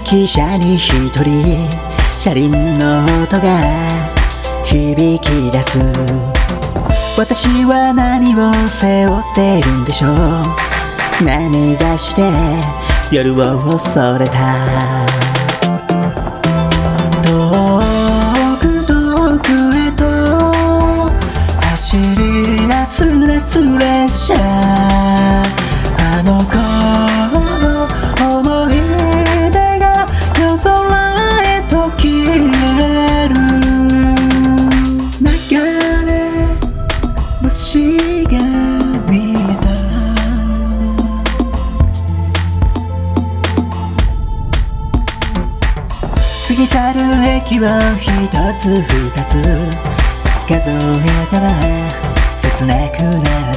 汽車に一人車輪の音が響き出す。私は何を背負っているんでしょう。涙して夜を恐れた。遠く遠くへと走り出す夏列車。あの頃の思い出が夜空へと消える。流れ星が見えた。過ぎ去る駅を一つ二つ数えたら切なくなった。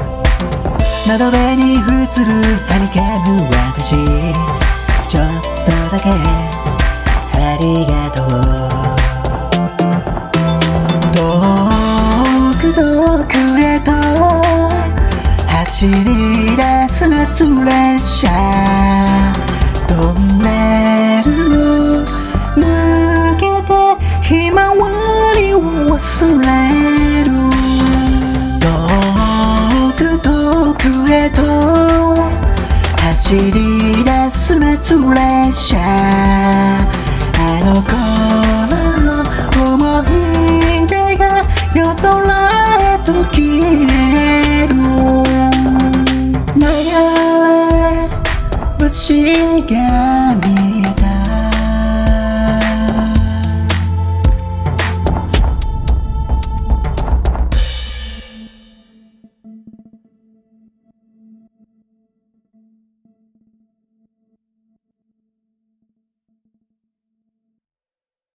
窓辺に映るはにかむ私、ちょっとだけありがとう。遠く遠くへと走り出す夏列車。トンネルを抜けてひまわりを忘れる。遠く遠くへと走り出す夏列車。あの頃の思い出が夜空へと消える。流れ星が見えた。